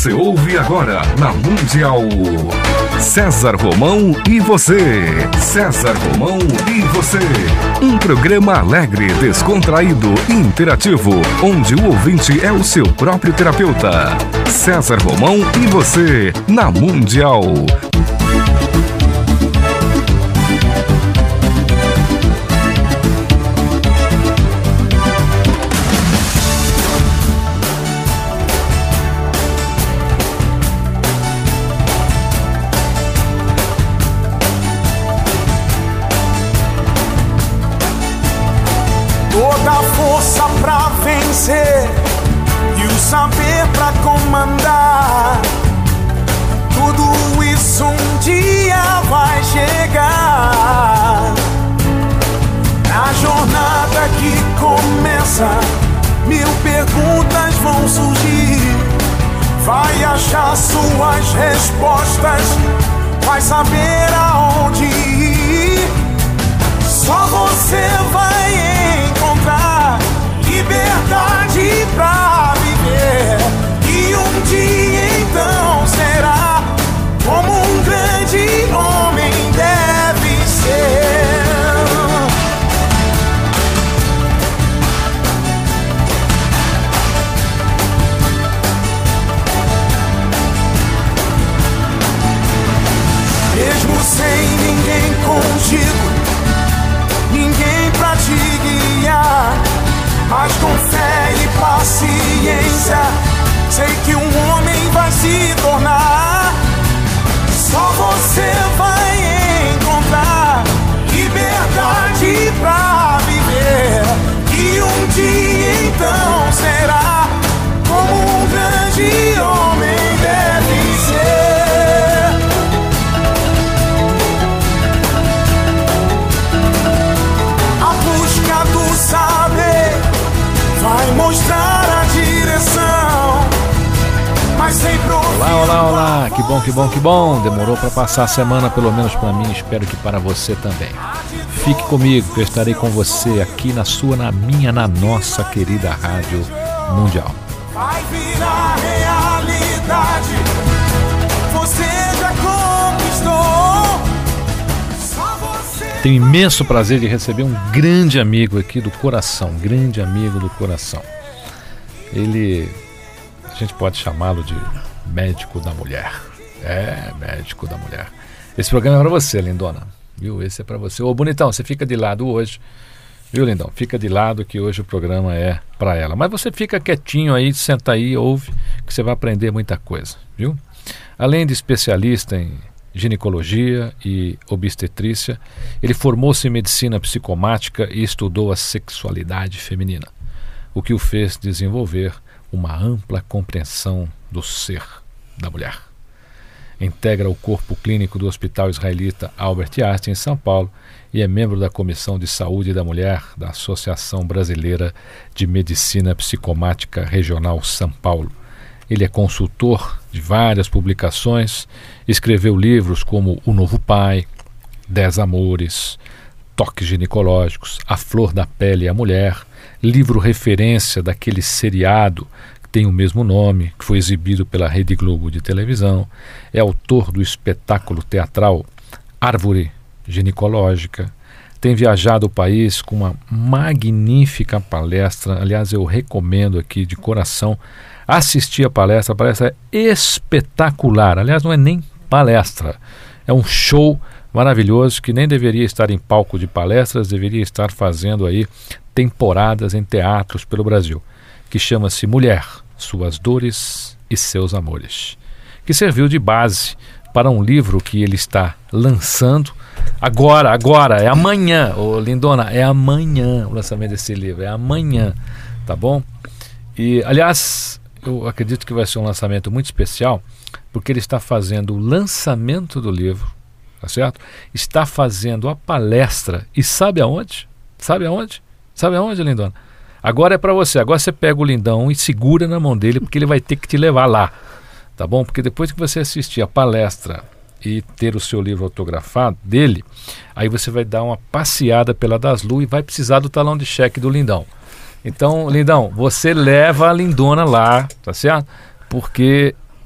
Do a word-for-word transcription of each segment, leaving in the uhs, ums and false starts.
Você ouve agora na Mundial. César Romão e você. César Romão e você. Um programa alegre, descontraído e interativo, onde o ouvinte é o seu próprio terapeuta. César Romão e você na Mundial. Toda a força pra vencer e o saber pra comandar. Tudo isso um dia vai chegar. Na jornada que começa, mil perguntas vão surgir. Vai achar suas respostas, vai saber aonde ir. Só você vai encontrar liberdade pra viver. E um dia então será como um grande homem deve ser. Mesmo sem ninguém contigo, ninguém pra te guiar, mas com fé e paciência sei que um homem vai se tornar. Só você vai encontrar liberdade pra viver. E um dia então será como um grande homem deve ser. Saber vai mostrar a direção, mas sem profissão. Olá, olá, olá, que bom, que bom, que bom. Demorou para passar a semana, pelo menos para mim, espero que para você também. Fique comigo, que eu estarei com você aqui na sua, na minha, na nossa querida Rádio Mundial. Vai virar realidade, você já conquistou. Tenho imenso prazer de receber um grande amigo aqui do coração, grande amigo do coração. Ele, a gente pode chamá-lo de médico da mulher. É, médico da mulher. Esse programa é para você, lindona, viu? Esse é para você. Ô, bonitão, você fica de lado hoje, viu, lindão? Fica de lado que hoje o programa é para ela. Mas você fica quietinho aí, senta aí, ouve, que você vai aprender muita coisa, viu? Além de especialista em ginecologia e obstetrícia, ele formou-se em medicina psicomática e estudou a sexualidade feminina, o que o fez desenvolver uma ampla compreensão do ser da mulher. Integra o corpo clínico do Hospital Israelita Albert Einstein em São Paulo e é membro da Comissão de Saúde da Mulher da Associação Brasileira de Medicina Psicomática Regional São Paulo. Ele é consultor de várias publicações, escreveu livros como O Novo Pai, Dez Amores, Toques Ginecológicos, A Flor da Pele e a Mulher, livro referência daquele seriado que tem o mesmo nome, que foi exibido pela Rede Globo de televisão, é autor do espetáculo teatral Árvore Ginecológica, tem viajado o país com uma magnífica palestra. Aliás, eu recomendo aqui de coração assistir a palestra. A palestra é espetacular. Aliás, não é nem palestra, é um show maravilhoso que nem deveria estar em palco de palestras, deveria estar fazendo aí temporadas em teatros pelo Brasil, que chama-se Mulher, Suas Dores e Seus Amores, que serviu de base para um livro que ele está lançando agora, agora, é amanhã, ô lindona, é amanhã o lançamento desse livro, é amanhã, tá bom? E, aliás, eu acredito que vai ser um lançamento muito especial, porque ele está fazendo o lançamento do livro, tá certo? Está fazendo a palestra, e sabe aonde? Sabe aonde? Sabe aonde, lindona? Agora é para você, agora você pega o lindão e segura na mão dele, porque ele vai ter que te levar lá, tá bom? Porque depois que você assistir a palestra e ter o seu livro autografado dele, aí você vai dar uma passeada pela Daslu e vai precisar do talão de cheque do lindão. Então, lindão, você leva a lindona lá, tá certo? Porque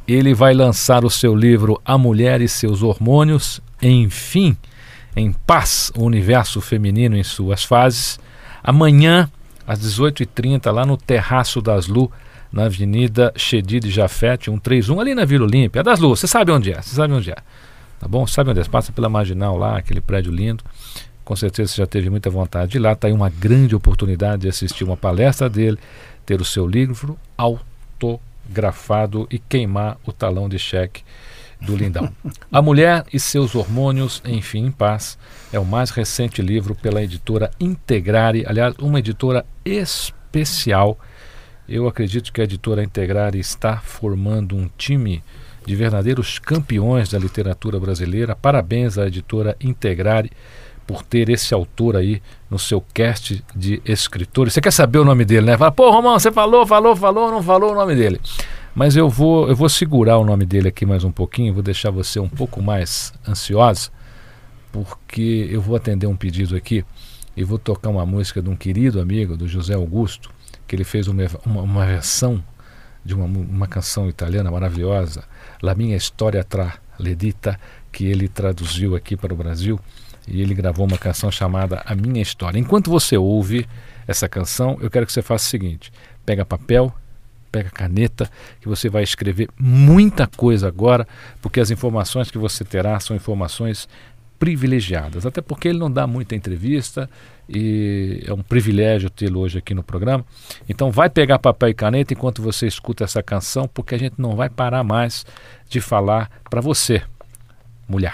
ele vai lançar o seu livro A Mulher e Seus Hormônios, Enfim, em Paz, o Universo Feminino em Suas Fases, amanhã, às dezoito e trinta, lá no Terraço das Lu, na Avenida Chedid Jafete, cento e trinta e um, ali na Vila Olímpia. É das Lu, você sabe onde é, você sabe onde é. Tá bom? Você sabe onde é? Passa pela Marginal lá, aquele prédio lindo. Com certeza você já teve muita vontade de ir lá. Está aí uma grande oportunidade de assistir uma palestra dele, ter o seu livro autografado e queimar o talão de cheque do lindão. A Mulher e Seus Hormônios, Enfim, em Paz, é o mais recente livro pela editora Integrare, aliás, uma editora especial. Eu acredito que a editora Integrare está formando um time de verdadeiros campeões da literatura brasileira. Parabéns à editora Integrare por ter esse autor aí no seu cast de escritores. Você quer saber o nome dele, né? Fala, pô, Romão, você falou, falou, falou, não falou o nome dele. Mas eu vou, eu vou segurar o nome dele aqui mais um pouquinho, vou deixar você um pouco mais ansiosa, porque eu vou atender um pedido aqui e vou tocar uma música de um querido amigo, do José Augusto, que ele fez uma, uma, uma versão de uma, uma canção italiana maravilhosa, La Mia Storia tra le dita, que ele traduziu aqui para o Brasil, e ele gravou uma canção chamada A Minha História. Enquanto você ouve essa canção, eu quero que você faça o seguinte: pega papel, pega caneta, que você vai escrever muita coisa agora, porque as informações que você terá são informações privilegiadas, até porque ele não dá muita entrevista e é um privilégio tê-lo hoje aqui no programa. Então vai pegar papel e caneta enquanto você escuta essa canção, porque a gente não vai parar mais de falar para você, mulher.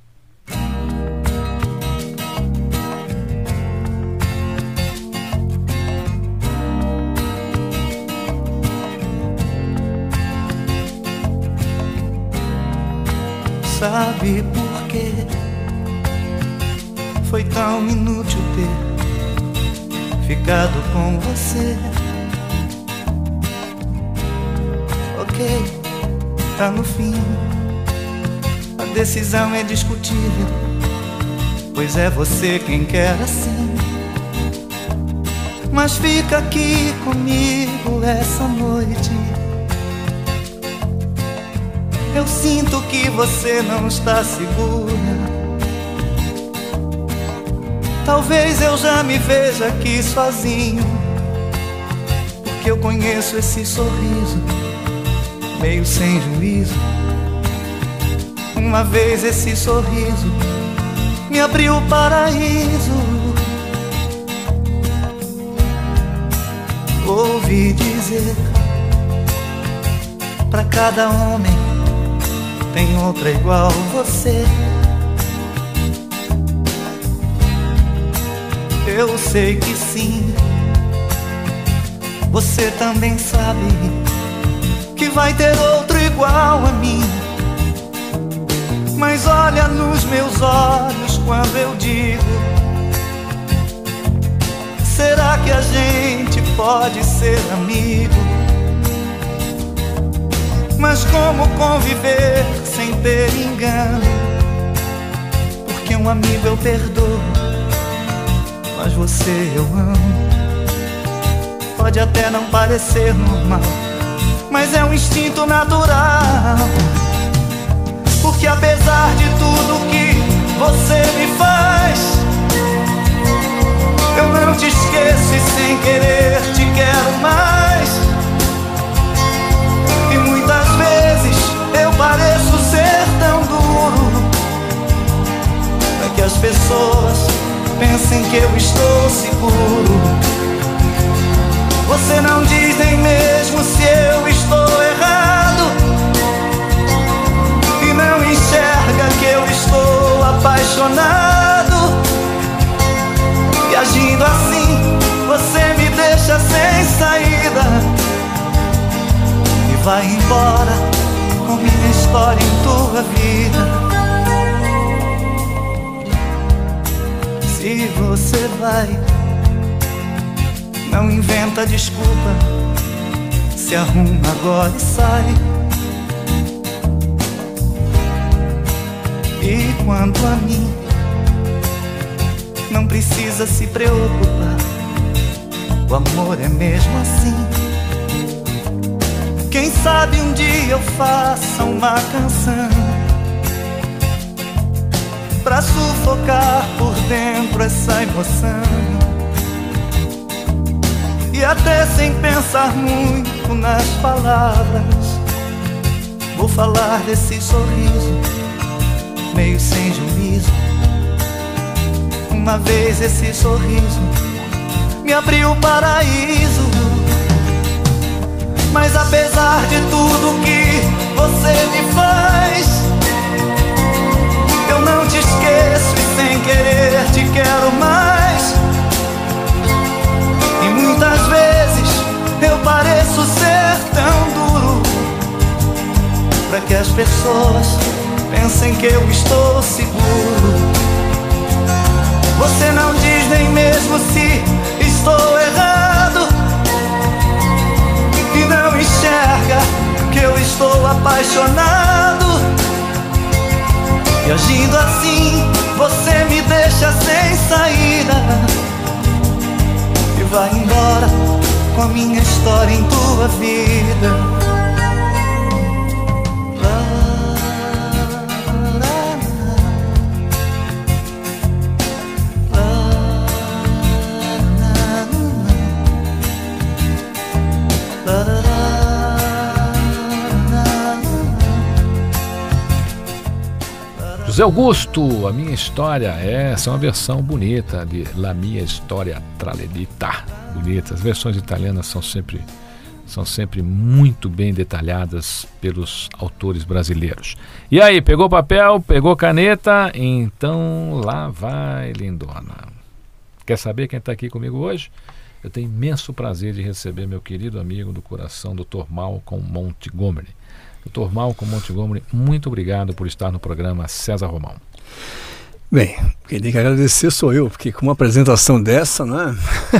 Sabe por quê? Foi tão inútil ter ficado com você. Ok, tá no fim. A decisão é discutível, pois é você quem quer assim. Mas fica aqui comigo essa noite. Eu sinto que você não está segura. Talvez eu já me veja aqui sozinho, porque eu conheço esse sorriso, meio sem juízo. Uma vez esse sorriso me abriu o paraíso. Ouvi dizer, pra cada homem tem outra igual você. Eu sei que sim, você também sabe que vai ter outro igual a mim. Mas olha nos meus olhos quando eu digo: será que a gente pode ser amigo? Mas como conviver sem ter engano? Porque um amigo eu perdoo, mas você eu amo. Pode até não parecer normal, mas é um instinto natural. Porque apesar de tudo que você me faz, eu não te esqueço e sem querer te quero mais. E muitas vezes eu pareço ser tão duro, para que as pessoas pensem que eu estou seguro. Você não diz nem mesmo se eu estou errado, e não enxerga que eu estou apaixonado. E agindo assim, você me deixa sem saída e vai embora com minha história em tua vida. Se você vai, não inventa desculpa, se arruma agora e sai. E quanto a mim, não precisa se preocupar, o amor é mesmo assim. Quem sabe um dia eu faça uma canção pra sufocar por dentro essa emoção. E até sem pensar muito nas palavras, vou falar desse sorriso meio sem juízo. Uma vez esse sorriso me abriu o paraíso. Mas apesar de tudo que você me faz, eu não te esqueço e sem querer te quero mais. E muitas vezes eu pareço ser tão duro, pra que as pessoas pensem que eu estou seguro. Você não diz nem mesmo se estou errado, e não enxerga que eu estou apaixonado. E agindo assim, você me deixa sem saída e vai embora com a minha história em tua vida. José Augusto, a minha história, essa é uma versão bonita de La Mia Storia Traledita. Bonita, as versões italianas são sempre, são sempre muito bem detalhadas pelos autores brasileiros. E aí, pegou papel, pegou caneta? Então lá vai, lindona. Quer saber quem está aqui comigo hoje? Eu tenho imenso prazer de receber meu querido amigo do coração, doutor Malcolm Montgomery. doutor Malcolm Montgomery, muito obrigado por estar no programa César Romão. Bem, quem tem que agradecer sou eu, porque com uma apresentação dessa, né?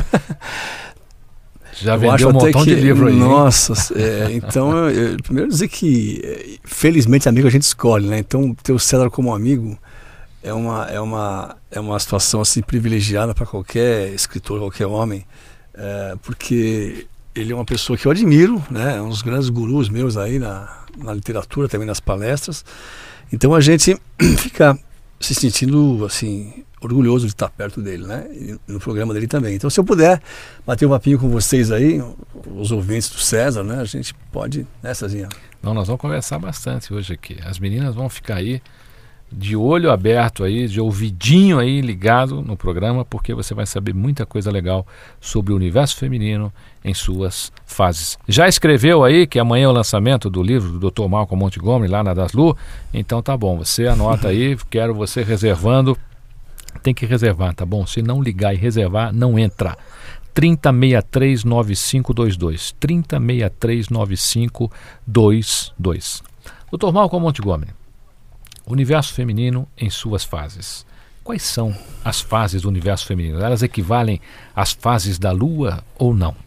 Já eu vendeu um montão que, de livro aí. Nossa, é, então, eu, eu, primeiro dizer que, felizmente, amigo a gente escolhe, né? Então, ter o César como amigo é uma, é uma, é uma situação assim privilegiada para qualquer escritor, qualquer homem, é, porque ele é uma pessoa que eu admiro, né? É um dos grandes gurus meus aí na, na literatura, também nas palestras. Então a gente fica se sentindo assim orgulhoso de estar perto dele, né? E no programa dele também. Então, se eu puder bater um papinho com vocês aí, os ouvintes do César, né? A gente pode, né, Cezinha? Não, nós vamos conversar bastante hoje aqui. As meninas vão ficar aí de olho aberto aí, de ouvidinho aí ligado no programa, porque você vai saber muita coisa legal sobre o universo feminino em suas fases. Já escreveu aí que amanhã é o lançamento do livro do doutor Malcolm Montgomery lá na Daslu? Então tá bom, você anota aí, quero você reservando. Tem que reservar, tá bom? Se não ligar e reservar, não entra. trinta, sessenta e três, noventa e cinco vinte e dois. trinta, sessenta e três, noventa e cinco vinte e dois. doutor Malcolm Montgomery, universo feminino em suas fases. Quais são as fases do universo feminino? Elas equivalem às fases da Lua ou não?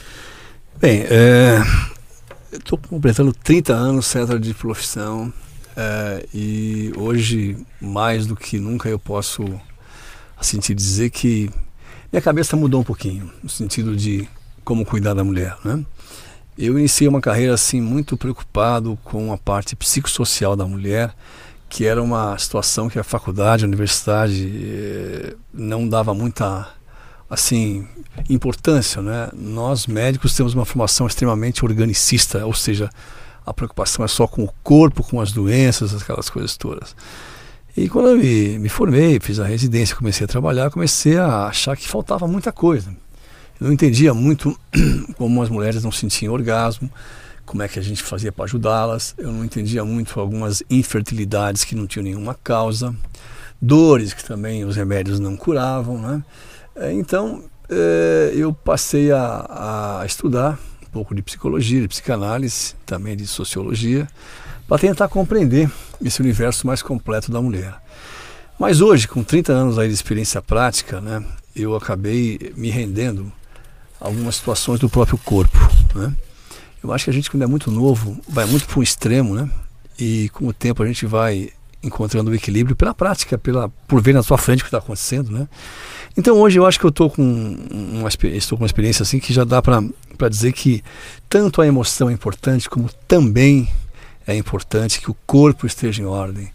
Bem, é, estou completando trinta anos, César, de profissão, é, e hoje, mais do que nunca, eu posso assim, te dizer que minha cabeça mudou um pouquinho, no sentido de como cuidar da mulher, né? Eu iniciei uma carreira assim, muito preocupado com a parte psicossocial da mulher, que era uma situação que a faculdade, a universidade eh, não dava muita assim, importância, né? Nós médicos temos uma formação extremamente organicista, ou seja, a preocupação é só com o corpo, com as doenças, aquelas coisas todas. E quando eu me, me formei, fiz a residência, comecei a trabalhar, comecei a achar que faltava muita coisa. Eu não entendia muito como as mulheres não sentiam orgasmo, como é que a gente fazia para ajudá-las. Eu não entendia muito algumas infertilidades que não tinham nenhuma causa, dores que também os remédios não curavam, né? Então, eh, eu passei a, a estudar um pouco de psicologia, de psicanálise, também de sociologia, para tentar compreender esse universo mais completo da mulher. Mas hoje, com trinta anos aí de experiência prática, né, eu acabei me rendendo a algumas situações do próprio corpo, né? Eu acho que a gente, quando é muito novo, vai muito para um extremo, né? E com o tempo a gente vai encontrando o equilíbrio pela prática, pela, por ver na sua frente o que está acontecendo, né? Então hoje eu acho que eu tô com uma, estou com uma experiência assim que já dá para dizer que tanto a emoção é importante, como também é importante que o corpo esteja em ordem,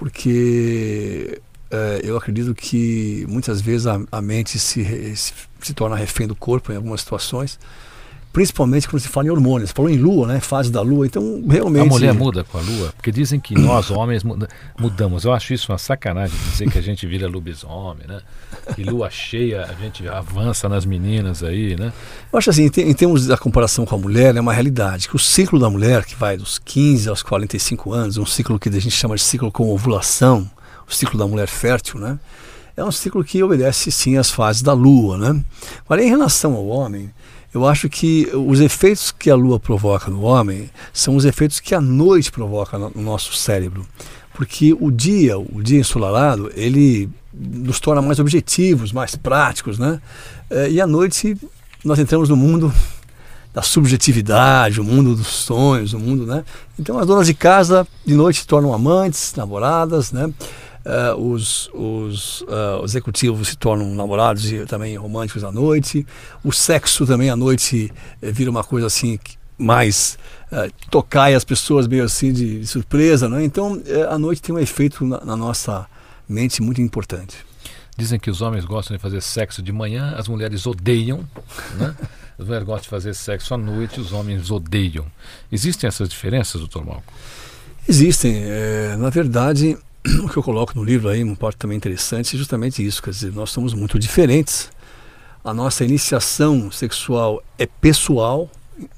porque é, eu acredito que muitas vezes a, a mente se, se, se torna refém do corpo em algumas situações, principalmente quando se fala em hormônios. Você falou em lua, né? Fase da lua, então realmente... A mulher muda com a lua? Porque dizem que nós, homens, muda, mudamos. Eu acho isso uma sacanagem dizer que a gente vira lobisomem, né? Que lua cheia a gente avança nas meninas aí, né? Eu acho assim, em, te, em termos da comparação com a mulher, é uma realidade que o ciclo da mulher, que vai dos quinze aos quarenta e cinco anos, um ciclo que a gente chama de ciclo com ovulação, o ciclo da mulher fértil, né? É um ciclo que obedece sim às fases da lua, né? Agora, em relação ao homem, eu acho que os efeitos que a lua provoca no homem são os efeitos que a noite provoca no nosso cérebro. Porque o dia, o dia ensolarado, ele nos torna mais objetivos, mais práticos, né? E à noite nós entramos no mundo da subjetividade, o mundo dos sonhos, o mundo, né? Então as donas de casa de noite se tornam amantes, namoradas, né? Uh, os, os uh, executivos se tornam namorados e também românticos à noite. O sexo também à noite eh, vira uma coisa assim mais uh, tocar as pessoas meio assim de, de surpresa, né? Então eh, a noite tem um efeito na, na nossa mente muito importante. Dizem que os homens gostam de fazer sexo de manhã, as mulheres odeiam, né? As mulheres gostam de fazer sexo à noite, os homens odeiam. Existem essas diferenças, doutor Malco? Existem. É, na verdade, o que eu coloco no livro aí, uma parte também interessante, é justamente isso. Quer dizer, nós somos muito diferentes. A nossa iniciação sexual é pessoal.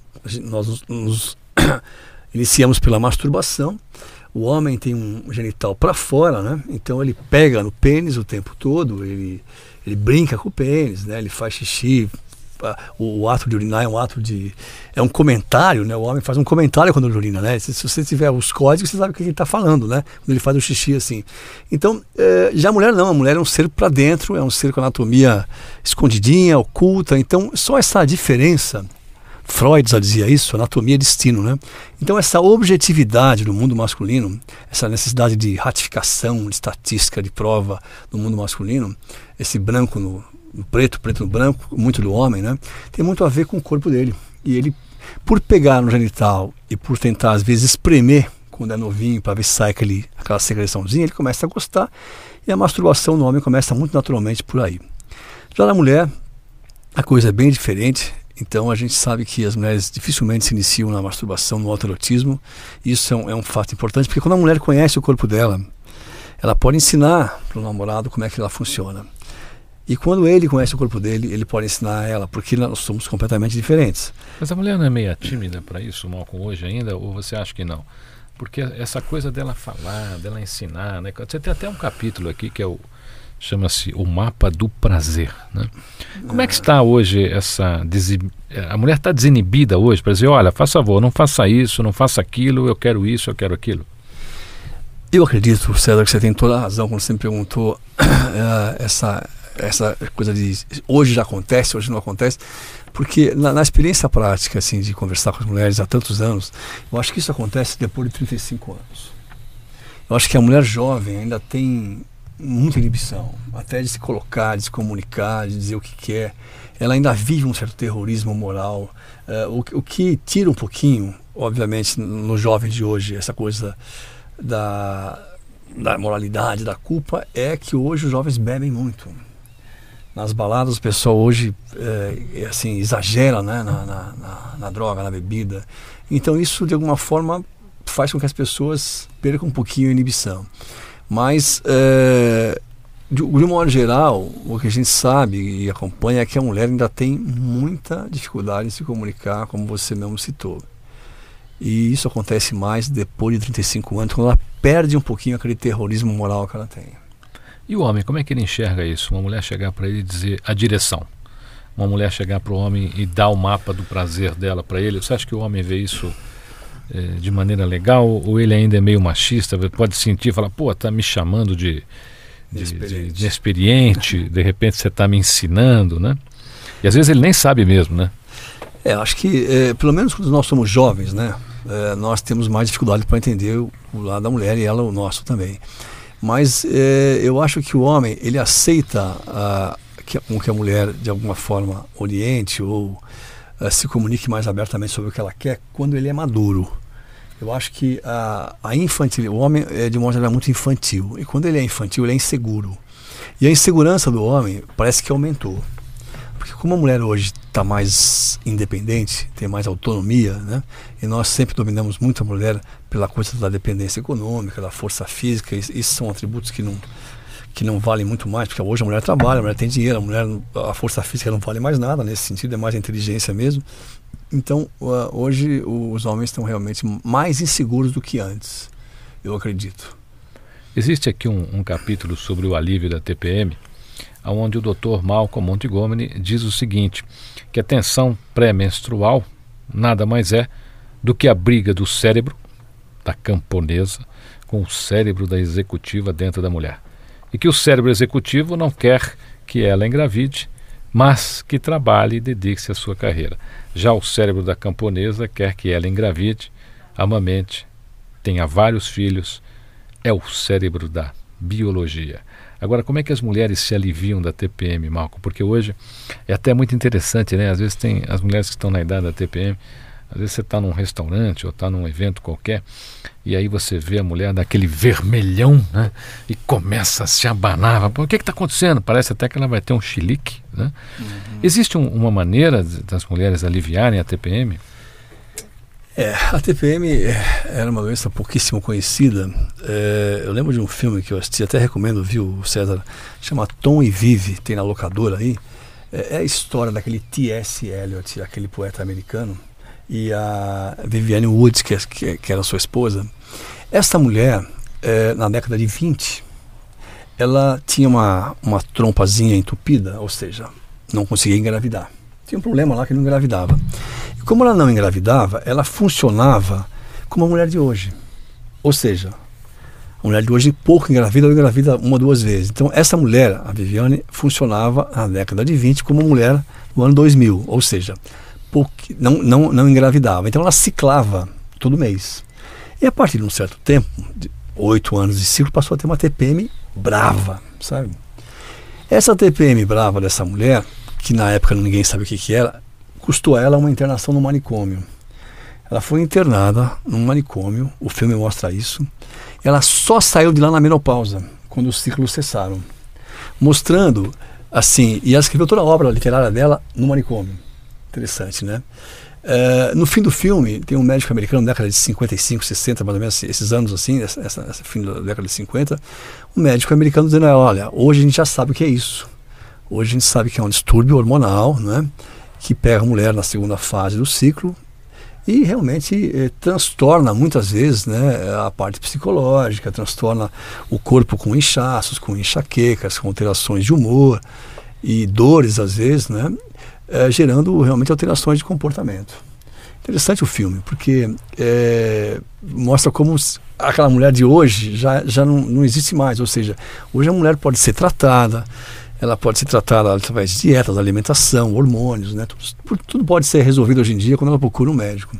Nós nos, nos iniciamos pela masturbação. O homem tem um genital para fora, né? Então ele pega no pênis o tempo todo, ele, ele brinca com o pênis, né? Ele faz xixi. O, o ato de urinar é um ato de... é um comentário, né? O homem faz um comentário quando ele urina, né? Se, se você tiver os códigos, você sabe o que ele está falando, né? Quando ele faz o xixi assim. Então, é, já a mulher não. A mulher é um ser para dentro, é um ser com anatomia escondidinha, oculta. Então, só essa diferença... Freud já dizia isso, anatomia é destino, né? Então essa objetividade do mundo masculino, essa necessidade de ratificação, de estatística, de prova no mundo masculino, esse branco no, no preto, preto no branco, muito do homem, né? Tem muito a ver com o corpo dele. E ele, por pegar no genital e por tentar às vezes espremer quando é novinho para ver se sai aquele, aquela secreçãozinha, ele começa a gostar e a masturbação no homem começa muito naturalmente por aí. Já na mulher, a coisa é bem diferente. Então a gente sabe que as mulheres dificilmente se iniciam na masturbação, no autoerotismo. Isso é um, é um fato importante, porque quando a mulher conhece o corpo dela, ela pode ensinar para o namorado como é que ela funciona. E quando ele conhece o corpo dele, ele pode ensinar a ela, porque nós somos completamente diferentes. Mas a mulher não é meio tímida para isso, Malcolm, hoje ainda, ou você acha que não? Porque essa coisa dela falar, dela ensinar, né? Você tem até um capítulo aqui que é o... chama-se O Mapa do Prazer, né? Como é que está hoje essa... Desin... A mulher está desinibida hoje para dizer, olha, faz favor, não faça isso, não faça aquilo, eu quero isso, eu quero aquilo? Eu acredito, César, que você tem toda a razão quando você me perguntou uh, essa, essa coisa de hoje já acontece, hoje não acontece, porque na, na experiência prática assim, de conversar com as mulheres há tantos anos, eu acho que isso acontece depois de trinta e cinco anos. Eu acho que a mulher jovem ainda tem muita inibição, até de se colocar, de se comunicar, de dizer o que quer. Ela ainda vive um certo terrorismo moral, uh, o, o que tira um pouquinho, obviamente, nos jovens de hoje, essa coisa da, da moralidade, da culpa, é que hoje os jovens bebem muito. Nas baladas o pessoal hoje é, assim, exagera, né, na, na, na, na droga, na bebida. Então isso, de alguma forma, faz com que as pessoas percam um pouquinho a inibição. Mas, é, de, de um modo geral, o que a gente sabe e acompanha é que a mulher ainda tem muita dificuldade em se comunicar, como você mesmo citou. E isso acontece mais depois de trinta e cinco anos, quando ela perde um pouquinho aquele terrorismo moral que ela tem. E o homem, como é que ele enxerga isso? Uma mulher chegar para ele e dizer a direção. Uma mulher chegar para o homem e dar o mapa do prazer dela para ele. Você acha que o homem vê isso de maneira legal, ou ele ainda é meio machista, pode sentir, falar, pô, tá me chamando de, de, de, de experiente, de repente você tá me ensinando, né? E às vezes ele nem sabe mesmo, né? É, acho que, é, pelo menos quando nós somos jovens, né? É, nós temos mais dificuldade para entender o, o lado da mulher e ela o nosso também. Mas é, eu acho que o homem, ele aceita a, que, que a mulher, de alguma forma, oriente ou a, se comunique mais abertamente sobre o que ela quer quando ele é maduro. Eu acho que a, a infantil, o homem é de uma maneira muito infantil. E quando ele é infantil, ele é inseguro. E a insegurança do homem parece que aumentou. Porque como a mulher hoje está mais independente, tem mais autonomia, né? E nós sempre dominamos muito a mulher pela coisa da dependência econômica, da força física. Isso são atributos que não, que não valem muito mais, porque hoje a mulher trabalha, a mulher tem dinheiro, a mulher, a força física não vale mais nada nesse sentido, é mais a inteligência mesmo. Então uh, hoje os homens estão realmente mais inseguros do que antes, eu acredito. Existe aqui um, um capítulo sobre o alívio da T P M, onde o doutor Malcolm Montgomery diz o seguinte, que a tensão pré-menstrual nada mais é do que a briga do cérebro da camponesa com o cérebro da executiva dentro da mulher. E que o cérebro executivo não quer que ela engravide, mas que trabalhe e dedique-se à sua carreira. Já o cérebro da camponesa quer que ela engravide, amamente, tenha vários filhos, é o cérebro da biologia. Agora, como é que as mulheres se aliviam da T P M, Malcolm? Porque hoje é até muito interessante, né? Às vezes tem as mulheres que estão na idade da T P M, às vezes você está num restaurante ou está num evento qualquer, e aí você vê a mulher daquele vermelhão, né? E começa a se abanar. Pô, o que está acontecendo? Parece até que ela vai ter um chilique, né? Uhum. Existe um, uma maneira das mulheres aliviarem a T P M? É, a T P M era uma doença pouquíssimo conhecida. É, eu lembro de um filme que eu assisti, até recomendo, viu, César, chama Tom e Vive, tem na locadora aí. É, é a história daquele T S Eliot, aquele poeta americano, e a Vivienne Woods, que, que, que era sua esposa. Essa mulher, é, na década de vinte, ela tinha uma, uma trompazinha entupida, ou seja, não conseguia engravidar. Tinha um problema lá que não engravidava. E como ela não engravidava, ela funcionava como a mulher de hoje. Ou seja, a mulher de hoje pouco engravida ou engravida uma ou duas vezes. Então essa mulher, a Viviane, funcionava na década de vinte como mulher no ano dois mil. Ou seja, pouco, não, não, não engravidava. Então ela ciclava todo mês. E a partir de um certo tempo, de oito anos de ciclo, passou a ter uma T P M brava, sabe? Essa T P M brava dessa mulher, que na época ninguém sabe o que, que era, custou a ela uma internação no manicômio. Ela foi internada num manicômio, o filme mostra isso. Ela só saiu de lá na menopausa, quando os ciclos cessaram. Mostrando, assim, e ela escreveu toda a obra literária dela no manicômio. Interessante, né? Uh, no fim do filme, tem um médico americano na década de cinquenta e cinco, sessenta, mais ou menos esses anos assim, essa, essa, essa fim da década de cinquenta, um médico americano dizendo, olha, hoje a gente já sabe o que é isso. Hoje a gente sabe que é um distúrbio hormonal, né, que pega a mulher na segunda fase do ciclo e realmente eh, transtorna muitas vezes, né, a parte psicológica, transtorna o corpo com inchaços, com enxaquecas, com alterações de humor e dores às vezes, né, eh, gerando realmente alterações de comportamento. Interessante o filme, porque eh, mostra como aquela mulher de hoje já, já não, não existe mais, ou seja, hoje a mulher pode ser tratada, ela pode ser tratada através de dietas, alimentação, hormônios, né? Tudo, tudo pode ser resolvido hoje em dia quando ela procura um médico.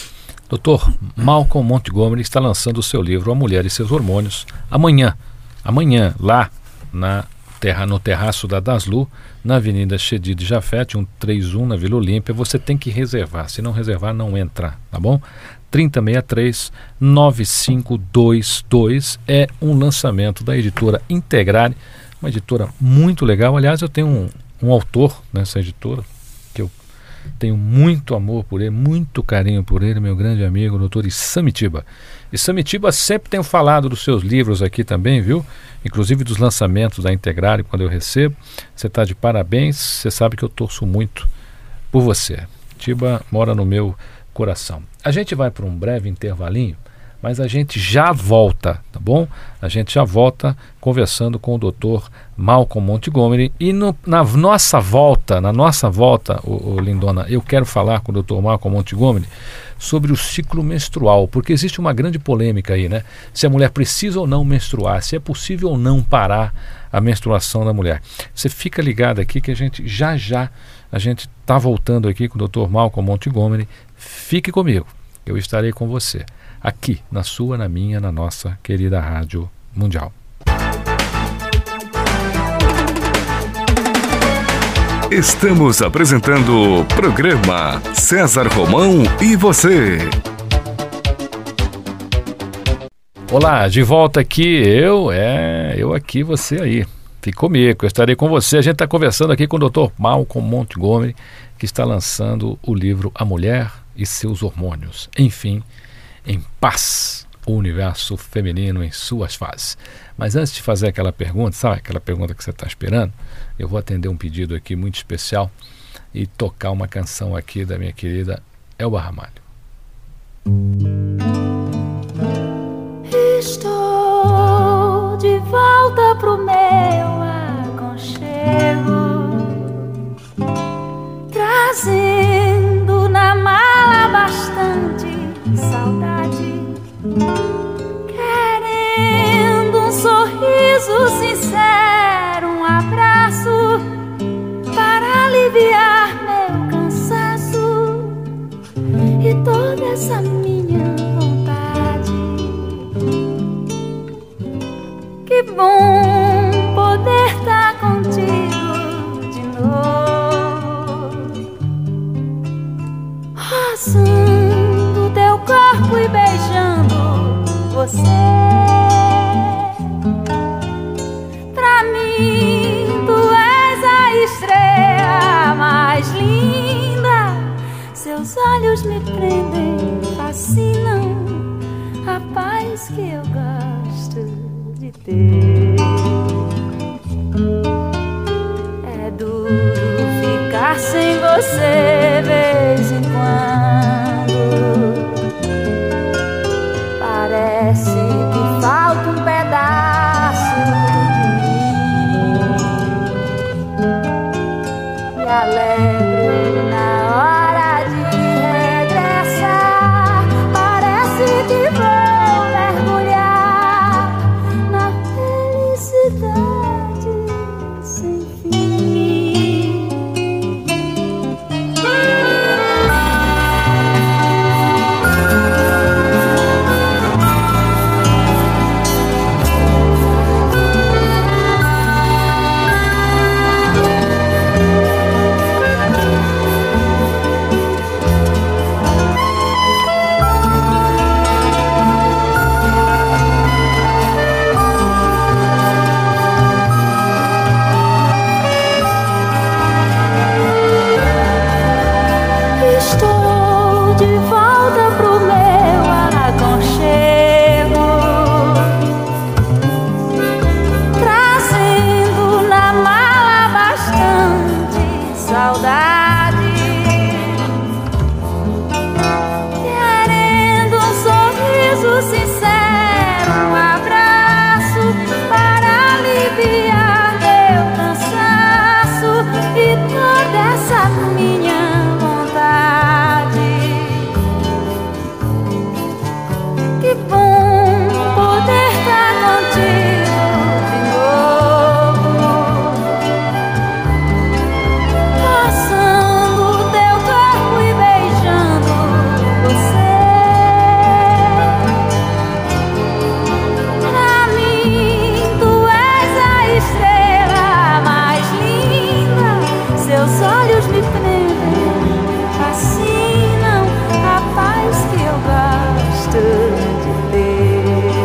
doutor Malcolm Montgomery está lançando o seu livro A Mulher e Seus Hormônios amanhã, amanhã lá na terra, no terraço da Daslu, na Avenida Chedid Jafet, cento e trinta e um, na Vila Olímpia. Você tem que reservar, se não reservar não entra, tá bom? trinta e sessenta e três, nove cinco dois dois é um lançamento da editora Integrare, uma editora muito legal. Aliás, eu tenho um, um autor nessa editora que eu tenho muito amor por ele, muito carinho por ele, meu grande amigo, o doutor Issamitiba. Issamitiba, sempre tenho falado dos seus livros aqui também, viu? Inclusive dos lançamentos da Integrare, quando eu recebo. Você está de parabéns, você sabe que eu torço muito por você. Tiba mora no meu coração. A gente vai para um breve intervalinho, mas a gente já volta, tá bom? A gente já volta conversando com o doutor Malcolm Montgomery. E no, na nossa volta, na nossa volta, o, o Lindona, eu quero falar com o doutor Malcolm Montgomery sobre o ciclo menstrual, porque existe uma grande polêmica aí, né? Se a mulher precisa ou não menstruar, se é possível ou não parar a menstruação da mulher. Você fica ligado aqui que a gente já já, a gente está voltando aqui com o doutor Malcolm Montgomery. Fique comigo. eu estarei com você, aqui, na sua, na minha, na nossa querida Rádio Mundial. Estamos apresentando o programa César Romão e você. Olá, de volta aqui, eu, é, eu aqui, você aí. Fique comigo, eu estarei com você. A gente está conversando aqui com o doutor Malcolm Montgomery, que está lançando o livro A Mulher e Seus Hormônios. Enfim, em paz, o universo feminino em suas fases. Mas antes de fazer aquela pergunta, sabe aquela pergunta que você está esperando? Eu vou atender um pedido aqui muito especial e tocar uma canção aqui da minha querida Elba Ramalho. Estou de volta pro meu aconchego, trazendo na mala bastante saudade, querendo um sorriso sincero, um abraço para aliviar meu cansaço e toda essa minha vontade. Que bom poder estar contigo de novo, roçando teu corpo e beijando você. Pra mim tu és a estrela mais linda, seus olhos me prendem, fascinam, a paz que eu gosto de ter. É duro ficar sem você vez em quando, parece que falta um pedaço de mim. Me alegro na hora de regressar, parece que vou mergulhar na felicidade sem fim. Estou de volta pro meu aconchego, trazendo na mala bastante saudade, querendo um sorriso sincero, um abraço para aliviar meu cansaço e toda essa minha vontade. Que bom poder estar contigo de novo, roçando teu corpo e beijando você. Pra mim tu és a estrela mais linda, seus olhos me prendem, fascinam, a paz que eu gosto de ter.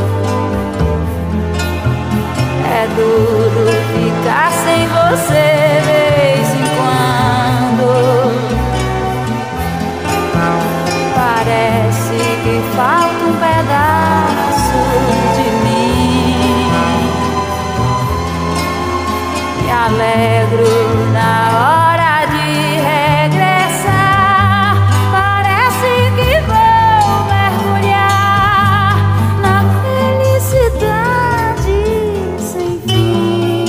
É duro ficar sem você vez em quando, parece que falta um pedaço de mim. Me alegro na hora de regressar, parece que vou mergulhar na felicidade sem fim.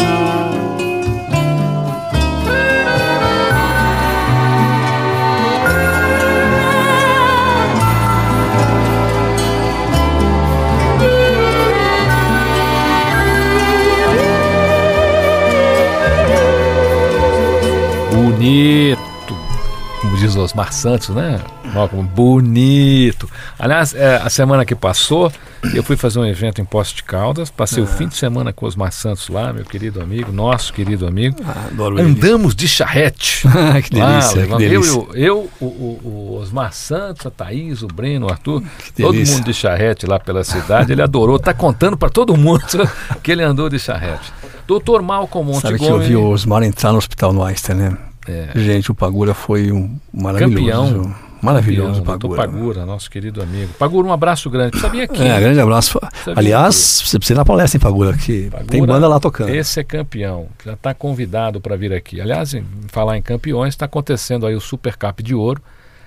Bonito, como diz o Osmar Santos, né? Malcolm, bonito. Aliás, é, a semana que passou, eu fui fazer um evento em Poços de Caldas, passei ah. o fim de semana com o Osmar Santos lá, meu querido amigo, nosso querido amigo. Ah, Andamos de charrete. Que delícia, lá, que delícia. Eu, eu, eu o, o, o Osmar Santos, a Thaís, o Breno, o Arthur, todo mundo de charrete lá pela cidade. Ele adorou, tá contando para todo mundo que ele andou de charrete. doutor Malcolm Montegommi. Sabe que eu vi o Osmar entrar no hospital no Einstein, né? É. Gente, o Pagura foi um maravilhoso. Campeão. Maravilhoso, Campeão, Pagura. Pagura, nosso querido amigo. Pagura, um abraço grande. Sabia que... É, grande abraço. Aliás, que... você precisa ir na palestra em Pagura, que Pagura, tem banda lá tocando. Esse é campeão, já está convidado para vir aqui. Aliás, em falar em campeões, está acontecendo aí o Super Cup de Ouro.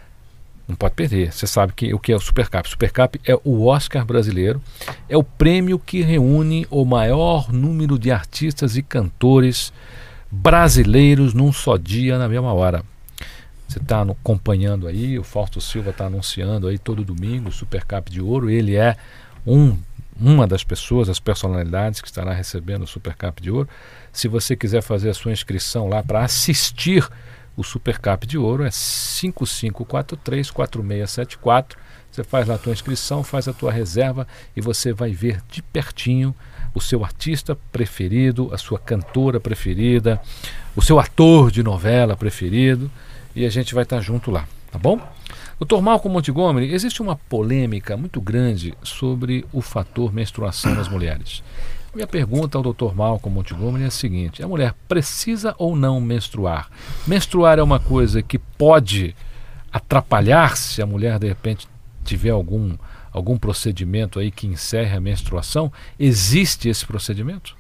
Não pode perder. Você sabe que, o que é o Super Cup. Super Cup é o Oscar brasileiro. É o prêmio que reúne o maior número de artistas e cantores brasileiros num só dia, na mesma hora. Você está acompanhando aí, o Fausto Silva está anunciando aí todo domingo o Super Cup de Ouro. Ele é um, uma das pessoas, as personalidades que estará recebendo o Super Cup de Ouro. Se você quiser fazer a sua inscrição lá para assistir o Super Cup de Ouro, é cinco cinco quatro três, quatro seis sete quatro. Você faz lá a tua inscrição, faz a tua reserva e você vai ver de pertinho o seu artista preferido, a sua cantora preferida, o seu ator de novela preferido, e a gente vai estar junto lá, tá bom? doutor Malcolm Montegommi, existe uma polêmica muito grande sobre o fator menstruação nas mulheres. Minha pergunta ao doutor Malcolm Montegommi é a seguinte: a mulher precisa ou não menstruar? Menstruar é uma coisa que pode atrapalhar se a mulher de repente tiver algum, algum procedimento aí que encerre a menstruação? Existe esse procedimento?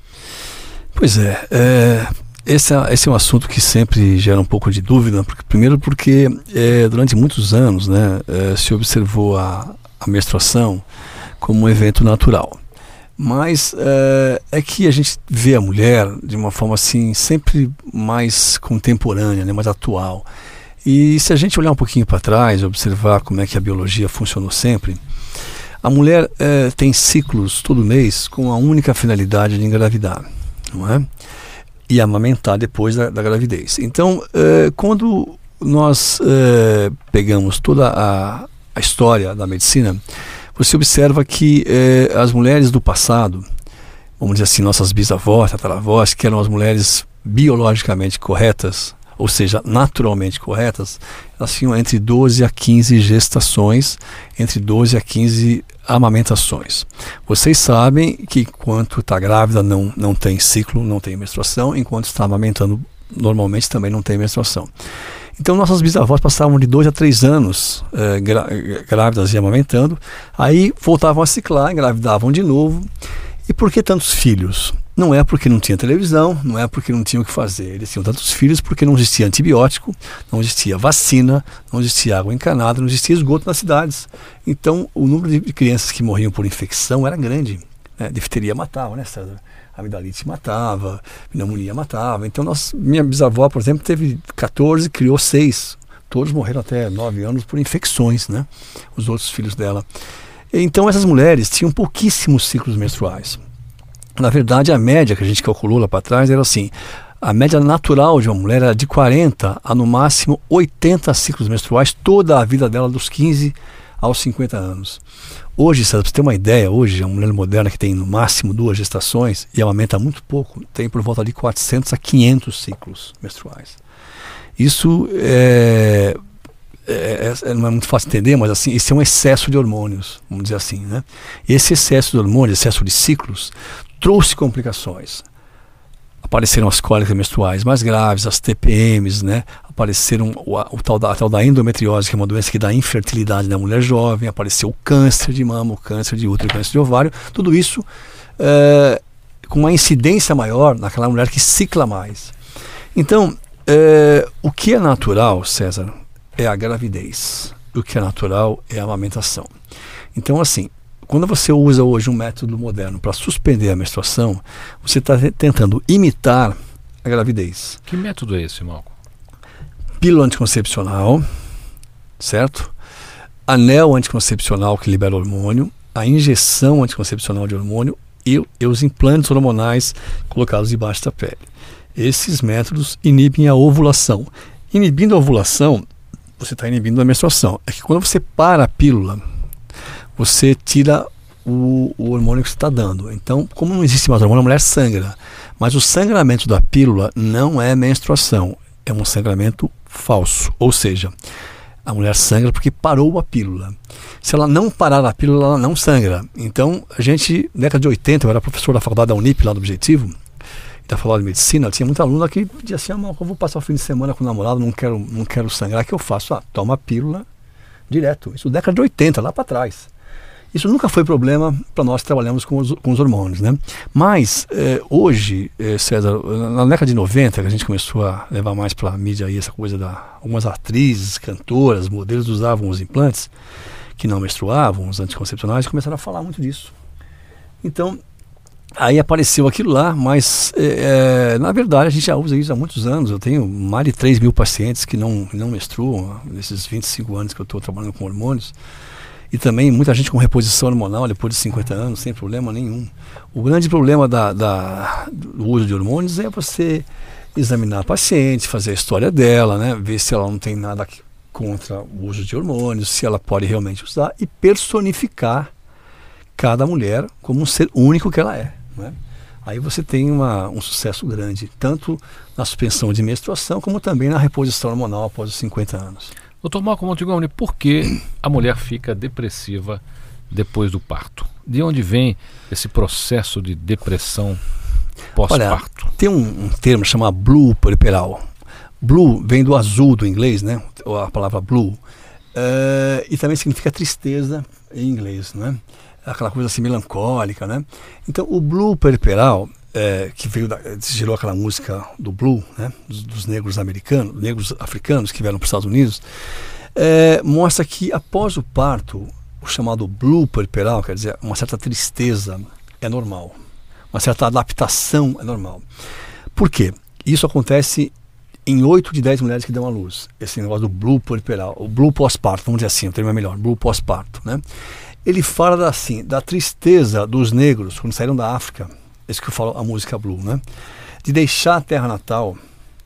Pois é, é esse, é esse é um assunto que sempre gera um pouco de dúvida, porque, primeiro porque é, durante muitos anos, né, é, se observou a, a menstruação como um evento natural. Mas é, é que a gente vê a mulher de uma forma assim sempre mais contemporânea, né, mais atual. E se a gente olhar um pouquinho para trás, observar como é que a biologia funcionou sempre, a mulher é, tem ciclos todo mês com a única finalidade de engravidar, não é? E amamentar depois da, da gravidez. Então, é, quando nós é, pegamos toda a, a história da medicina, você observa que eh, as mulheres do passado, vamos dizer assim, nossas bisavós, tataravós, que eram as mulheres biologicamente corretas, ou seja, naturalmente corretas, elas tinham entre doze a quinze gestações, entre doze a quinze amamentações. Vocês sabem que enquanto está grávida não, não tem ciclo, não tem menstruação, enquanto está amamentando normalmente também não tem menstruação. Então nossas bisavós passavam de dois a três anos eh, grávidas e amamentando, aí voltavam a ciclar, engravidavam de novo. E por que tantos filhos? Não é porque não tinha televisão, não é porque não tinham o que fazer. Eles tinham tantos filhos porque não existia antibiótico, não existia vacina, não existia água encanada, não existia esgoto nas cidades. Então o número de crianças que morriam por infecção era grande. Né? Difteria matava, né, César? Amidalite matava, pneumonia matava. Então nós, minha bisavó, por exemplo, teve catorze, criou seis. Todos morreram até nove anos por infecções, né? Os outros filhos dela. Então essas mulheres tinham pouquíssimos ciclos menstruais. Na verdade, a média que a gente calculou lá para trás era assim: a média natural de uma mulher era de quarenta a no máximo oitenta ciclos menstruais toda a vida dela, dos quinze aos cinquenta anos. Hoje, para você ter uma ideia, hoje a mulher moderna que tem no máximo duas gestações e amamenta muito pouco, tem por volta de quatrocentos a quinhentos ciclos menstruais. Isso é, é, é, não é muito fácil de entender, mas assim, isso é um excesso de hormônios, vamos dizer assim, né? Esse excesso de hormônios, excesso de ciclos, trouxe complicações. Apareceram as cólicas menstruais mais graves, as T P Ms, né? Apareceram o, o tal da, a tal da endometriose, que é uma doença que dá infertilidade na mulher jovem, apareceu o câncer de mama, o câncer de útero, o câncer de ovário, tudo isso é, com uma incidência maior naquela mulher que cicla mais. Então, é, o que é natural, César, é a gravidez. O que é natural é a amamentação. Então, assim, quando você usa hoje um método moderno para suspender a menstruação, você está tentando imitar a gravidez. Que método é esse, Malcolm? Pílula anticoncepcional, certo? Anel anticoncepcional que libera hormônio, a injeção anticoncepcional de hormônio e, e os implantes hormonais colocados debaixo da pele. Esses métodos inibem a ovulação. Inibindo a ovulação, você está inibindo a menstruação. É que quando você para a pílula, você tira o, o hormônio que você está dando. Então, como não existe mais hormônio, a mulher sangra. Mas o sangramento da pílula não é menstruação, é um sangramento falso. Ou seja, a mulher sangra porque parou a pílula. Se ela não parar a pílula, ela não sangra. Então, a gente, na década de oitenta, eu era professor da faculdade da Unip, lá do Objetivo, da faculdade de medicina, tinha muita aluna que dizia assim, ah, eu vou passar o fim de semana com o namorado, não quero, não quero sangrar, o que eu faço? Ah, toma a pílula direto. Isso na década de oitenta, lá para trás. Isso nunca foi problema para nós que trabalhamos com os, com os hormônios, né? Mas, eh, hoje, eh, César, na década de noventa, que a gente começou a levar mais para a mídia aí, essa coisa da... Algumas atrizes, cantoras, modelos usavam os implantes, que não menstruavam, os anticoncepcionais, começaram a falar muito disso. Então, aí apareceu aquilo lá, mas, é, na verdade, a gente já usa isso há muitos anos. Eu tenho mais de três mil pacientes que não, não menstruam, nesses vinte e cinco anos que eu estou trabalhando com hormônios. E também muita gente com reposição hormonal depois de cinquenta anos, sem problema nenhum. O grande problema da, da, do uso de hormônios é você examinar a paciente, fazer a história dela, né, ver se ela não tem nada contra o uso de hormônios, se ela pode realmente usar e personificar cada mulher como um ser único que ela é, né? Aí você tem uma, um sucesso grande, tanto na suspensão de menstruação, como também na reposição hormonal após os cinquenta anos. Doutor Malcolm Montigoni, por que a mulher fica depressiva depois do parto? De onde vem esse processo de depressão pós-parto? Olha, tem um, um termo chamado blue puerperal. Blue vem do azul do inglês, né? A palavra blue. Uh, e também significa tristeza em inglês, né? Aquela coisa assim melancólica, né? Então, o blue puerperal, é, que veio da, gerou aquela música do blue, né? Dos, dos negros americanos, negros africanos que vieram para os Estados Unidos, é, mostra que após o parto, o chamado blue puerperal, quer dizer, uma certa tristeza é normal, uma certa adaptação é normal. Por quê? Isso acontece em oito de dez mulheres que dão à luz. Esse negócio do blue puerperal, o blue pós-parto, vamos dizer assim, o termo é melhor, blue pós-parto, né? Ele fala da, assim, da tristeza dos negros quando saíram da África, isso que eu falo, a música blue, né? De deixar a terra natal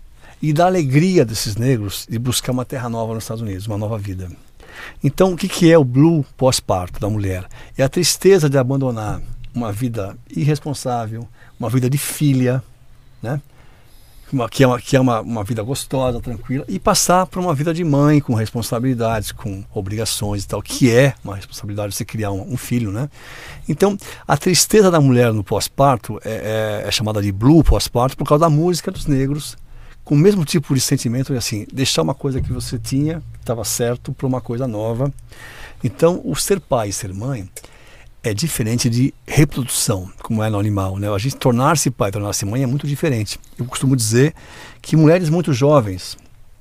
e da alegria desses negros de buscar uma terra nova nos Estados Unidos, uma nova vida. Então, o que, que é o blue pós-parto da mulher? É a tristeza de abandonar uma vida irresponsável, uma vida de filha, né? Uma, que é, uma, que é uma, uma vida gostosa, tranquila, e passar para uma vida de mãe, com responsabilidades, com obrigações e tal, que é uma responsabilidade você criar um, um filho, né? Então, a tristeza da mulher no pós-parto é, é, é chamada de blue pós-parto por causa da música dos negros, com o mesmo tipo de sentimento, assim, deixar uma coisa que você tinha, que estava certo, para uma coisa nova. Então, o ser pai e ser mãe é diferente de reprodução, como é no animal, né? A gente tornar-se pai, tornar-se mãe é muito diferente. Eu costumo dizer que mulheres muito jovens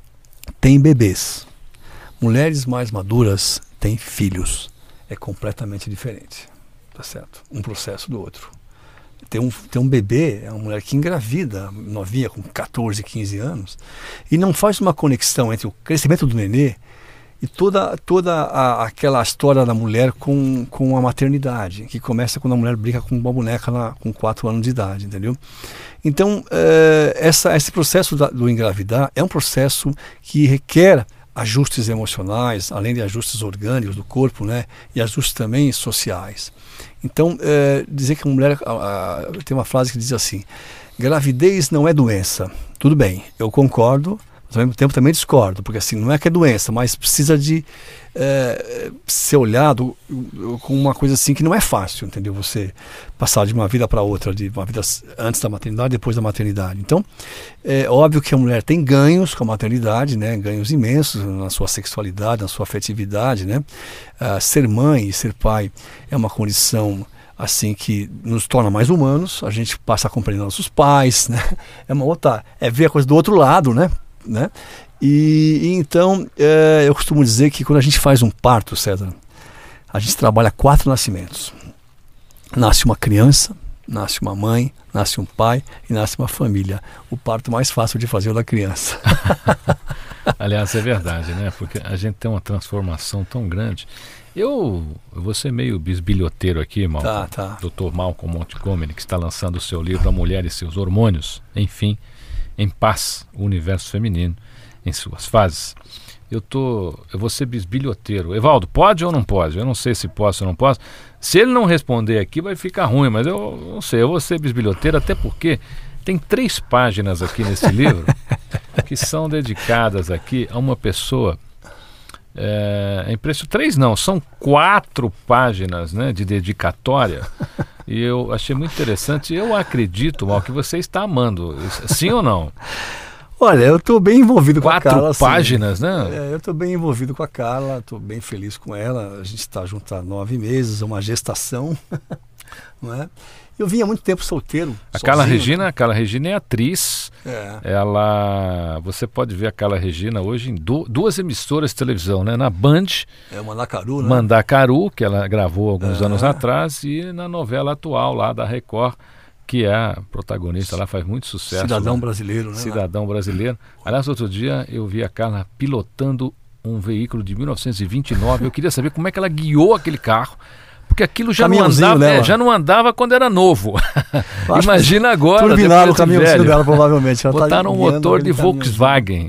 têm bebês. Mulheres mais maduras têm filhos. É completamente diferente, tá certo? Um processo do outro. Tem um, tem um bebê, é uma mulher que engravida, novinha, com catorze, quinze anos, e não faz uma conexão entre o crescimento do nenê e toda, toda a, aquela história da mulher com, com a maternidade, que começa quando a mulher brinca com uma boneca na, com quatro anos de idade, entendeu? Então, é, essa, esse processo da, do engravidar é um processo que requer ajustes emocionais, além de ajustes orgânicos do corpo, né? E ajustes também sociais. Então, é, dizer que a mulher... A, a, tem uma frase que diz assim, gravidez não é doença. Tudo bem, eu concordo, mas ao mesmo tempo também discordo, porque assim, não é que é doença, mas precisa de é, ser olhado com uma coisa assim que não é fácil, entendeu? Você passar de uma vida para outra, de uma vida antes da maternidade, depois da maternidade. Então, é óbvio que a mulher tem ganhos com a maternidade, né? Ganhos imensos na sua sexualidade, na sua afetividade, né? Ah, ser mãe e ser pai é uma condição assim que nos torna mais humanos, a gente passa a compreender nossos pais, né? É uma outra, é ver a coisa do outro lado, né? Né? E, e então é, eu costumo dizer que quando a gente faz um parto, César, a gente trabalha quatro nascimentos. Nasce uma criança, nasce uma mãe, nasce um pai e nasce uma família. O parto mais fácil de fazer é o da criança. Aliás, é verdade, né? Porque a gente tem uma transformação tão grande. Eu, eu vou ser meio bisbilhoteiro aqui, Malcolm. Tá, tá. doutor Malcolm Montigoni, que está lançando o seu livro A Mulher e Seus Hormônios, enfim, em paz, o universo feminino em suas fases. eu, tô, eu vou ser bisbilhoteiro. Evaldo, pode ou não pode? Eu não sei se posso ou não posso. Se ele não responder aqui, vai ficar ruim, mas eu não sei, eu vou ser bisbilhoteiro, até porque tem três páginas aqui nesse livro que são dedicadas aqui a uma pessoa. É, é impressionante. Três não, são quatro páginas, né, de dedicatória. E eu achei muito interessante. Eu acredito, Mal, que você está amando. Sim ou não? Olha, eu estou bem envolvido com Quatro a Carla. Quatro páginas, assim, né? É, eu estou bem envolvido com a Carla, estou bem feliz com ela. A gente está junto há nove meses, é uma gestação. Não é? Eu vinha há muito tempo solteiro. A sozinho. Carla Regina, a Carla Regina é atriz. É. Ela, você pode ver a Carla Regina hoje em du duas emissoras de televisão, né? Na Band, é Mandacaru, né? Mandacaru, que ela gravou alguns é. anos atrás, e na novela atual lá da Record, que é a protagonista, ela faz muito sucesso. Cidadão né? brasileiro, né? Cidadão brasileiro. Aliás, outro dia eu vi a Carla pilotando um veículo de mil novecentos e vinte e nove. Eu queria saber como é que ela guiou aquele carro. Porque aquilo já não, andava, é, já não andava quando era novo. Imagina agora. Turbinaram o caminhãozinho dela, provavelmente. Ela botaram tá um motor de Volkswagen.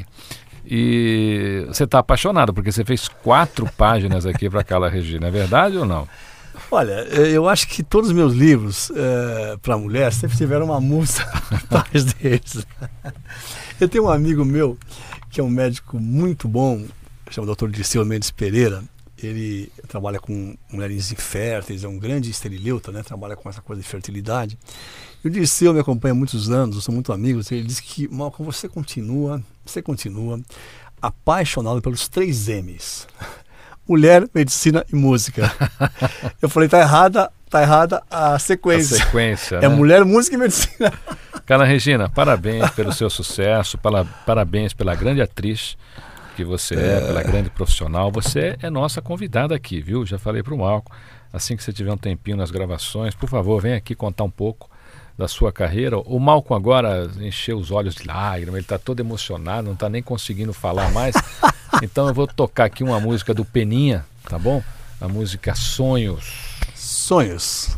E você está apaixonado, porque você fez quatro páginas aqui para Carla Regina. É verdade ou não? Olha, eu acho que todos os meus livros é, para mulher sempre tiveram uma musa atrás deles. Eu tenho um amigo meu, que é um médico muito bom, chama doutor Dirceu Mendes Pereira. Ele trabalha com mulheres inférteis, é um grande esterileuta, né? Trabalha com essa coisa de fertilidade. E o Dirceu me acompanha há muitos anos, eu sou muito amigos. Ele disse que, Malcolm, você continua, você continua apaixonado pelos três M's. Mulher, medicina e música. Eu falei, tá errada, tá errada a sequência. A sequência, é né? mulher, música e medicina. Carla Regina, parabéns pelo seu sucesso, para, parabéns pela grande atriz que você é, pela grande profissional. Você é nossa convidada aqui, viu? Já falei para o Malcolm, assim que você tiver um tempinho nas gravações, por favor, vem aqui contar um pouco da sua carreira. O Malcolm agora encheu os olhos de lágrimas, ele está todo emocionado, não está nem conseguindo falar mais. Então eu vou tocar aqui uma música do Peninha, tá bom? A música Sonhos. Sonhos.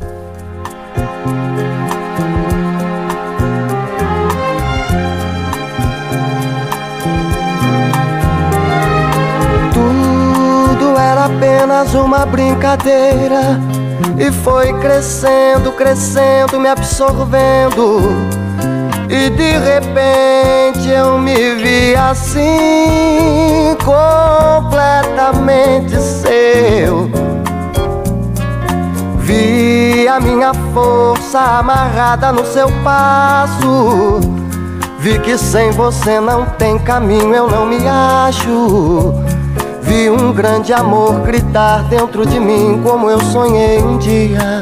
Apenas uma brincadeira e foi crescendo, crescendo, me absorvendo. E de repente eu me vi assim, completamente seu. Vi a minha força amarrada no seu passo. Vi que sem você não tem caminho, eu não me acho. Vi um grande amor gritar dentro de mim como eu sonhei um dia.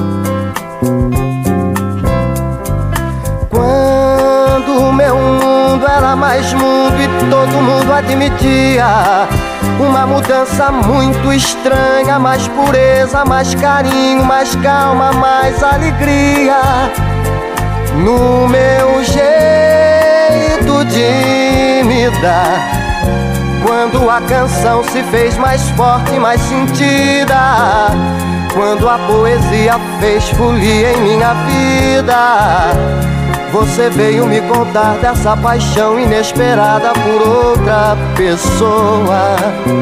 Quando o meu mundo era mais mundo e todo mundo admitia uma mudança muito estranha, mais pureza, mais carinho, mais calma, mais alegria. No meu jeito de me dar, quando a canção se fez mais forte e mais sentida, quando a poesia fez folia em minha vida, você veio me contar dessa paixão inesperada por outra pessoa.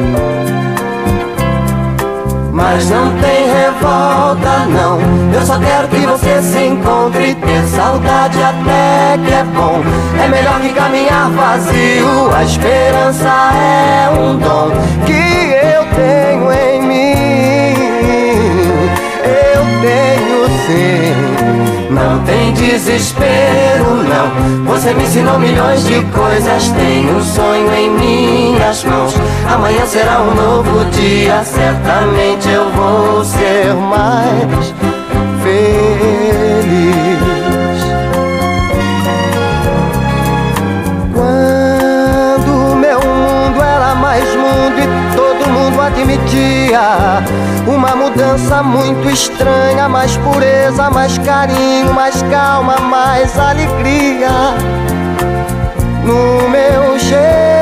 Mas não tem revolta não, eu só quero que você se encontre. Ter saudade até que é bom, é melhor que caminhar vazio. A esperança é um dom que eu tenho em mim, eu tenho sim. Não tem desespero não, você me ensinou milhões de coisas. Tenho um sonho em minhas mãos, amanhã será um novo dia. Certamente eu vou ser mais feliz. Quando meu mundo era mais mundo e todo mundo admitia uma mudança muito estranha, mais pureza, mais carinho, mais calma, mais alegria. No meu jeito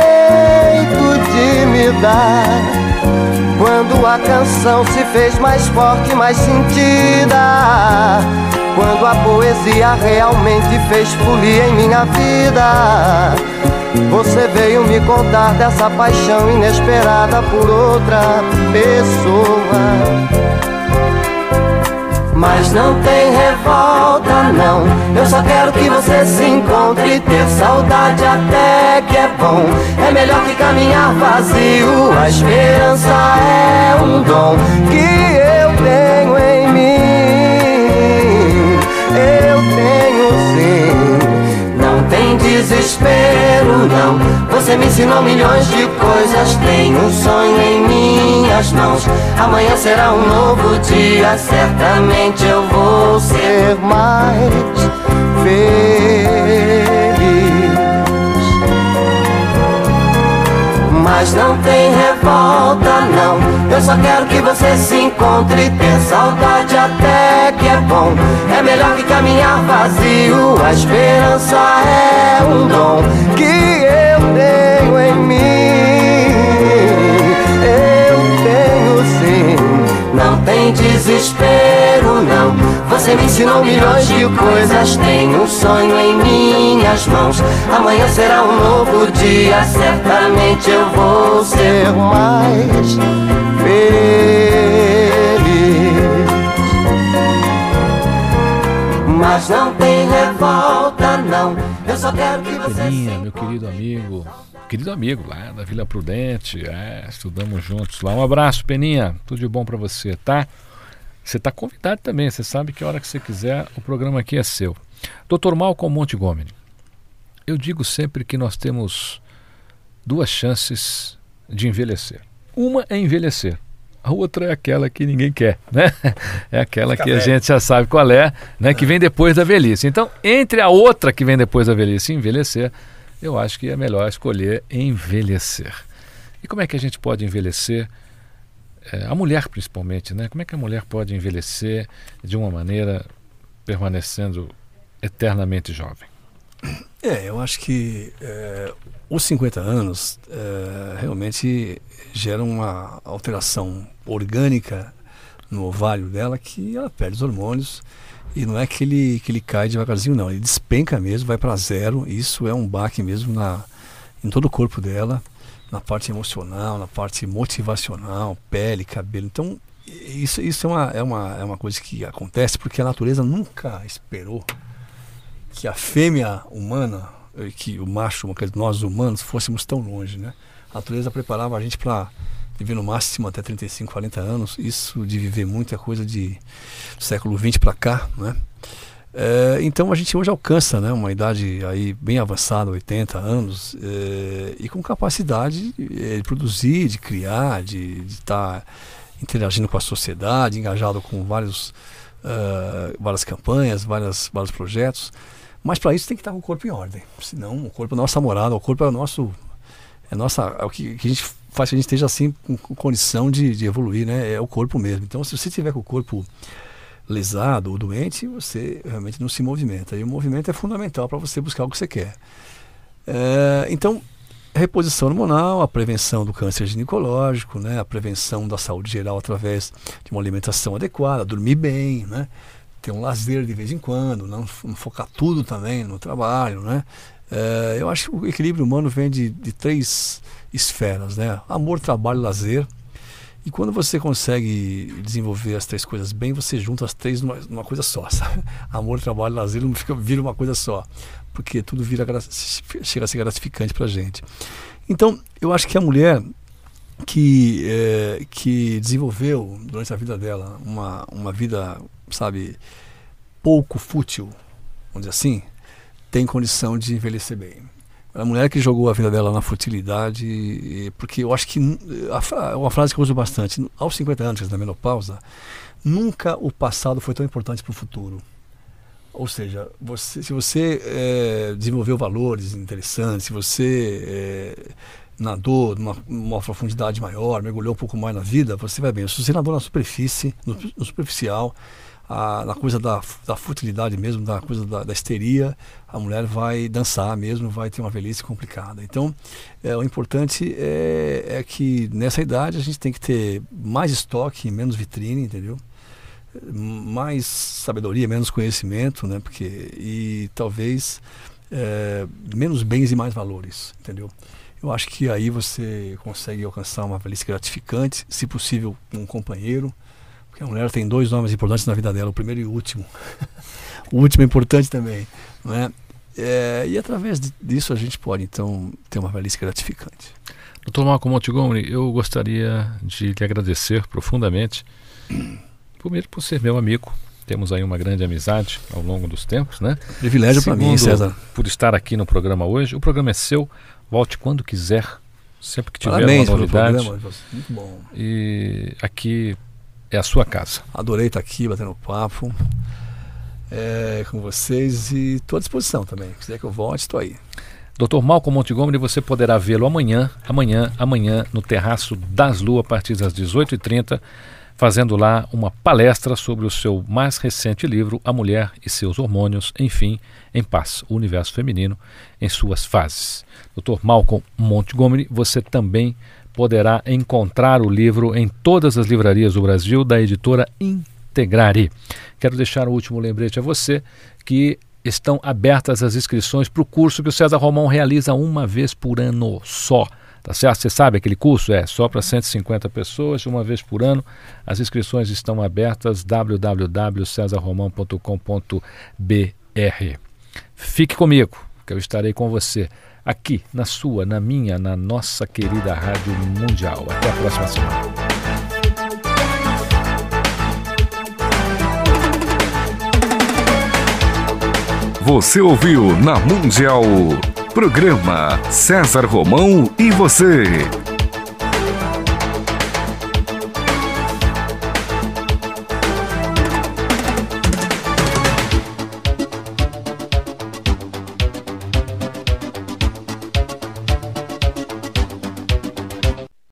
de me dar, quando a canção se fez mais forte, mais sentida, quando a poesia realmente fez folia em minha vida, você você veio me contar dessa paixão inesperada por outra pessoa. Mas não tem revolta não, eu só quero que você se encontre. Ter saudade até que é bom, é melhor que caminhar vazio. A esperança é um dom que eu tenho em mim. Eu tenho sim. Não tem desespero não, você me ensinou milhões de coisas. Tenho um sonho em minhas mãos, amanhã será um novo dia. Certamente eu vou ser mais feliz. Mas não tem revolta não, eu só quero que você se encontre. Ter saudade até que é bom, é melhor que caminhar vazio. A esperança é um dom que eu tenho em mim. Eu tenho sim. Não tem desespero não, você me ensinou milhões de coisas. Tenho um sonho em minhas mãos, amanhã será um novo dia. Certamente eu vou ser mais feliz. Mas não tem revolta não, eu só quero que você Peninha, meu querido amigo, querido amigo lá da Vila Prudente, é, estudamos juntos lá. Um abraço, Peninha, tudo de bom pra você, tá? Você tá convidado também, você sabe que a hora que você quiser o programa aqui é seu. doutor Malcolm Montgomery, eu digo sempre que nós temos duas chances de envelhecer. Uma é envelhecer, a outra é aquela que ninguém quer, né? É aquela Fica que velho. A gente já sabe qual é, né? Que vem depois da velhice. Então, entre a outra que vem depois da velhice e envelhecer, eu acho que é melhor escolher envelhecer. E como é que a gente pode envelhecer? É, a mulher principalmente, né? Como é que a mulher pode envelhecer de uma maneira permanecendo eternamente jovem? É, eu acho que é, os cinquenta anos é, realmente geram uma alteração orgânica no ovário dela, que ela perde os hormônios. E não é que ele, que ele cai devagarzinho, não. Ele despenca mesmo, vai para zero. Isso é um baque mesmo na, em todo o corpo dela, na parte emocional, na parte motivacional, pele, cabelo. Então, isso, isso é, uma, é, uma, é uma coisa que acontece porque a natureza nunca esperou que a fêmea humana, que o macho, que nós humanos, fôssemos tão longe, né? A natureza preparava a gente para viver no máximo até trinta e cinco, quarenta anos. Isso de viver muito é coisa de do século vinte para cá, né? É, então a gente hoje alcança, né, uma idade aí bem avançada, oitenta anos, é, e com capacidade de, de produzir, de criar, de estar interagindo com a sociedade, engajado com vários, uh, várias campanhas, várias, vários projetos. Mas para isso tem que estar com o corpo em ordem. Senão o corpo é nossa morada, o corpo é o nosso, é nossa, é o que, que a gente faz que a gente esteja assim com, com condição de, de evoluir, né? É o corpo mesmo. Então se você tiver com o corpo lesado ou doente, você realmente não se movimenta. E o movimento é fundamental para você buscar o que você quer. É, então, a reposição hormonal, a prevenção do câncer ginecológico, né? A prevenção da saúde geral através de uma alimentação adequada, dormir bem, né? Ter um lazer de vez em quando, não, não focar tudo também no trabalho, né? É, eu acho que o equilíbrio humano vem de, de três esferas, né? Amor, trabalho e lazer. E quando você consegue desenvolver as três coisas bem, você junta as três numa, numa coisa só, sabe? Amor, trabalho e lazer não fica, vira uma coisa só, porque tudo vira, chega a ser gratificante pra gente. Então, eu acho que a mulher que, é, que desenvolveu durante a vida dela uma, uma vida, sabe, pouco fútil, vamos dizer assim, tem condição de envelhecer bem. A mulher que jogou a vida dela na futilidade, porque eu acho que, a, uma frase que eu uso bastante, aos cinquenta anos, da menopausa, nunca o passado foi tão importante para o futuro. Ou seja, você, se você é, desenvolveu valores interessantes, se você é, nadou numa uma profundidade maior, mergulhou um pouco mais na vida, você vai bem. Se você nadou na superfície, no, no superficial, A, na coisa da, da futilidade mesmo, da coisa da, da histeria, a mulher vai dançar mesmo, vai ter uma velhice complicada. Então, é, o importante é, é que nessa idade a gente tem que ter mais estoque, menos vitrine, entendeu? Mais sabedoria, menos conhecimento, né? Porque, e talvez é, menos bens e mais valores, entendeu? Eu acho que aí você consegue alcançar uma velhice gratificante, se possível com um companheiro, porque a mulher tem dois nomes importantes na vida dela, o primeiro e o último. O último é importante também, não é? É, e através disso a gente pode então ter uma velhice gratificante. doutor Malcolm Montgomery, eu gostaria de lhe agradecer profundamente, primeiro por ser meu amigo, temos aí uma grande amizade ao longo dos tempos, né? Privilégio para mim, César. Por estar aqui no programa hoje. O programa é seu, volte quando quiser, sempre que tiver Parabéns uma novidade. Pelo programa, muito bom. E aqui é a sua casa. Adorei estar aqui batendo papo é, com vocês e estou à disposição também. Se quiser que eu volte, estou aí. doutor Malcolm Montgomery, você poderá vê-lo amanhã, amanhã, amanhã, no Terraço das Luas, a partir das dezoito e trinta, fazendo lá uma palestra sobre o seu mais recente livro, A Mulher e Seus Hormônios, enfim, em paz, o universo feminino em suas fases. doutor Malcolm Montgomery, você também poderá encontrar o livro em todas as livrarias do Brasil, da editora Integrare. Quero deixar um último lembrete a você que estão abertas as inscrições para o curso que o César Romão realiza uma vez por ano só. Tá certo? Você sabe, aquele curso é só para cento e cinquenta pessoas, uma vez por ano. As inscrições estão abertas, w w w ponto cesar romão ponto com ponto b r. Fique comigo, que eu estarei com você aqui na sua, na minha, na nossa querida Rádio Mundial. Até a próxima semana. Você ouviu na Mundial, programa César Romão e você.